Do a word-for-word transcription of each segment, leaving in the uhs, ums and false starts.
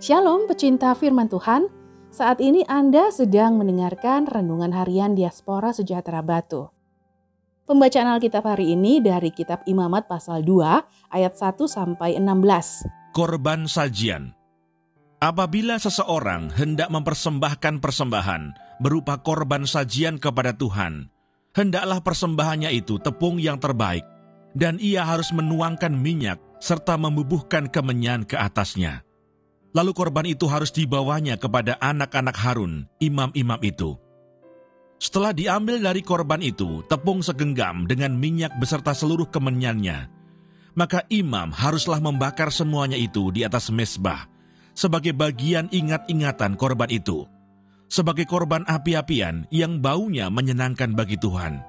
Shalom pecinta firman Tuhan, saat ini Anda sedang mendengarkan Renungan Harian Diaspora Sejahtera Batu. Pembacaan Alkitab hari ini dari kitab Imamat pasal dua ayat satu sampai enam belas. Korban sajian. Apabila seseorang hendak mempersembahkan persembahan berupa korban sajian kepada Tuhan, hendaklah persembahannya itu tepung yang terbaik, dan ia harus menuangkan minyak serta membubuhkan kemenyan ke atasnya. Lalu korban itu harus dibawanya kepada anak-anak Harun, imam-imam itu. Setelah diambil dari korban itu tepung segenggam dengan minyak beserta seluruh kemenyannya, maka imam haruslah membakar semuanya itu di atas mezbah sebagai bagian ingat-ingatan korban itu, sebagai korban api-apian yang baunya menyenangkan bagi Tuhan.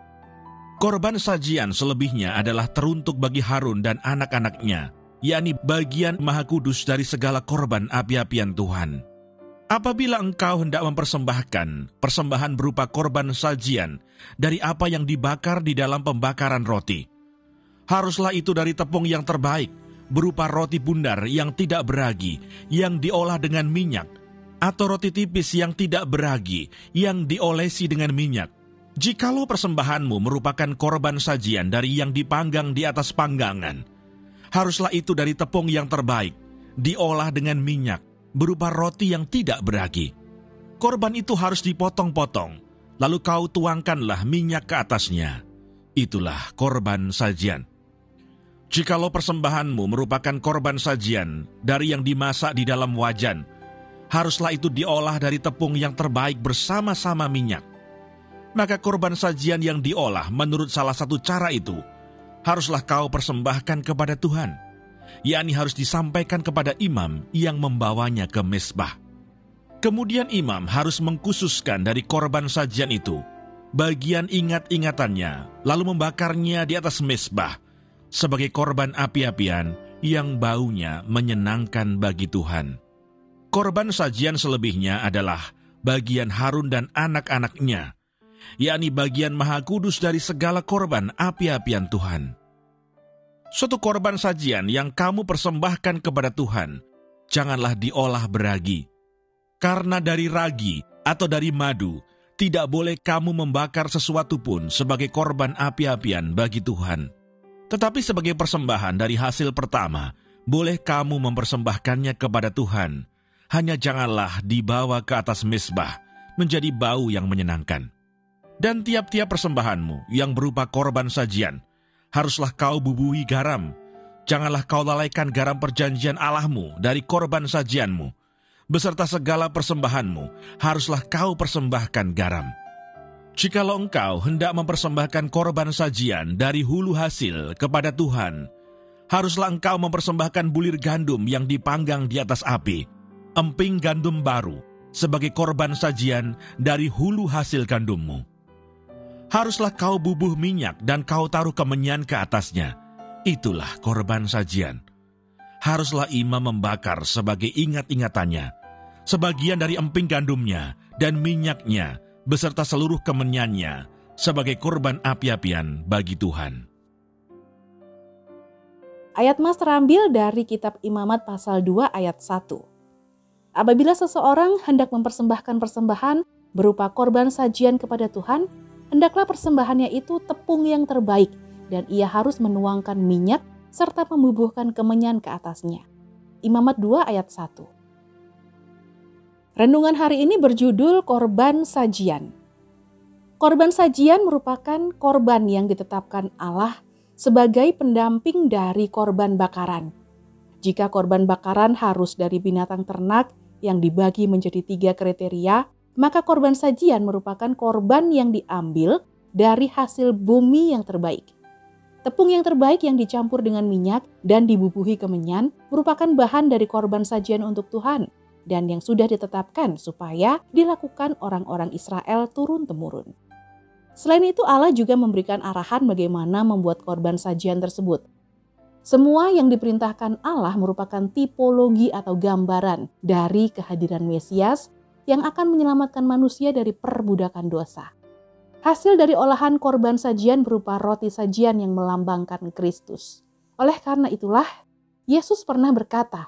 Korban sajian selebihnya adalah teruntuk bagi Harun dan anak-anaknya, yakni bagian maha kudus dari segala korban api-apian Tuhan. Apabila engkau hendak mempersembahkan persembahan berupa korban sajian dari apa yang dibakar di dalam pembakaran roti, haruslah itu dari tepung yang terbaik, berupa roti bundar yang tidak beragi, yang diolah dengan minyak, atau roti tipis yang tidak beragi, yang diolesi dengan minyak. Jikalau persembahanmu merupakan korban sajian dari yang dipanggang di atas panggangan, haruslah itu dari tepung yang terbaik, diolah dengan minyak, berupa roti yang tidak beragi. Korban itu harus dipotong-potong, lalu kau tuangkanlah minyak ke atasnya. Itulah korban sajian. Jikalau persembahanmu merupakan korban sajian dari yang dimasak di dalam wajan, haruslah itu diolah dari tepung yang terbaik bersama-sama minyak. Maka korban sajian yang diolah menurut salah satu cara itu, haruslah kau persembahkan kepada Tuhan, yakni harus disampaikan kepada imam yang membawanya ke mezbah. Kemudian imam harus mengkhususkan dari korban sajian itu bagian ingat-ingatannya, lalu membakarnya di atas mezbah sebagai korban api-apian yang baunya menyenangkan bagi Tuhan. Korban sajian selebihnya adalah bagian Harun dan anak-anaknya, yakni bagian maha kudus dari segala korban api-apian Tuhan. Suatu korban sajian yang kamu persembahkan kepada Tuhan, janganlah diolah beragi. Karena dari ragi atau dari madu, tidak boleh kamu membakar sesuatu pun sebagai korban api-apian bagi Tuhan. Tetapi sebagai persembahan dari hasil pertama, boleh kamu mempersembahkannya kepada Tuhan. Hanya janganlah dibawa ke atas mezbah menjadi bau yang menyenangkan. Dan tiap-tiap persembahanmu yang berupa korban sajian, haruslah kau bubuhi garam. Janganlah kau lalaikan garam perjanjian Allahmu dari korban sajianmu. Beserta segala persembahanmu, haruslah kau persembahkan garam. Jikalau engkau hendak mempersembahkan korban sajian dari hulu hasil kepada Tuhan, haruslah engkau mempersembahkan bulir gandum yang dipanggang di atas api, emping gandum baru, sebagai korban sajian dari hulu hasil gandummu. Haruslah kau bubuh minyak dan kau taruh kemenyan ke atasnya. Itulah korban sajian. Haruslah imam membakar sebagai ingat-ingatannya, sebagian dari emping gandumnya dan minyaknya, beserta seluruh kemenyannya, sebagai korban api-apian bagi Tuhan. Ayat Mas terambil dari kitab Imamat pasal dua ayat satu. Apabila seseorang hendak mempersembahkan persembahan berupa korban sajian kepada Tuhan, hendaklah persembahannya itu tepung yang terbaik, dan ia harus menuangkan minyak serta membubuhkan kemenyan ke atasnya. Imamat dua ayat satu. Renungan hari ini berjudul Korban Sajian. Korban sajian merupakan korban yang ditetapkan Allah sebagai pendamping dari korban bakaran. Jika korban bakaran harus dari binatang ternak yang dibagi menjadi tiga kriteria, maka korban sajian merupakan korban yang diambil dari hasil bumi yang terbaik. Tepung yang terbaik yang dicampur dengan minyak dan dibubuhi kemenyan merupakan bahan dari korban sajian untuk Tuhan dan yang sudah ditetapkan supaya dilakukan orang-orang Israel turun-temurun. Selain itu, Allah juga memberikan arahan bagaimana membuat korban sajian tersebut. Semua yang diperintahkan Allah merupakan tipologi atau gambaran dari kehadiran Mesias yang akan menyelamatkan manusia dari perbudakan dosa. Hasil dari olahan korban sajian berupa roti sajian yang melambangkan Kristus. Oleh karena itulah, Yesus pernah berkata,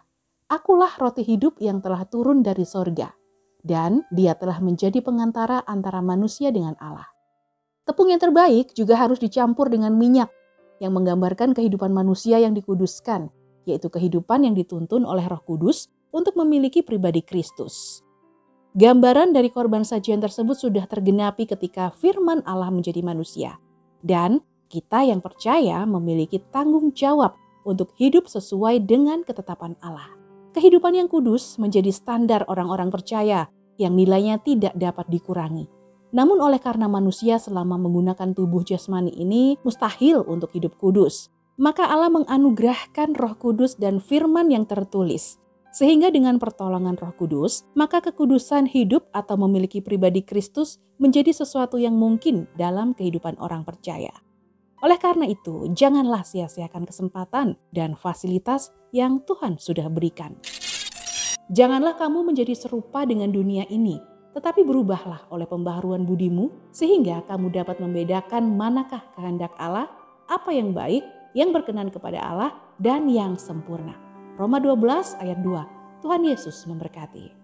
Akulah roti hidup yang telah turun dari sorga, dan dia telah menjadi pengantara antara manusia dengan Allah. Tepung yang terbaik juga harus dicampur dengan minyak yang menggambarkan kehidupan manusia yang dikuduskan, yaitu kehidupan yang dituntun oleh Roh Kudus untuk memiliki pribadi Kristus. Gambaran dari korban sajian tersebut sudah tergenapi ketika firman Allah menjadi manusia, dan kita yang percaya memiliki tanggung jawab untuk hidup sesuai dengan ketetapan Allah. Kehidupan yang kudus menjadi standar orang-orang percaya yang nilainya tidak dapat dikurangi. Namun oleh karena manusia selama menggunakan tubuh jasmani ini mustahil untuk hidup kudus, maka Allah menganugerahkan Roh Kudus dan firman yang tertulis. Sehingga dengan pertolongan Roh Kudus, maka kekudusan hidup atau memiliki pribadi Kristus menjadi sesuatu yang mungkin dalam kehidupan orang percaya. Oleh karena itu, janganlah sia-siakan kesempatan dan fasilitas yang Tuhan sudah berikan. Janganlah kamu menjadi serupa dengan dunia ini, tetapi berubahlah oleh pembaharuan budimu, sehingga kamu dapat membedakan manakah kehendak Allah, apa yang baik, yang berkenan kepada Allah, dan yang sempurna. Roma dua belas ayat dua. Tuhan Yesus memberkati.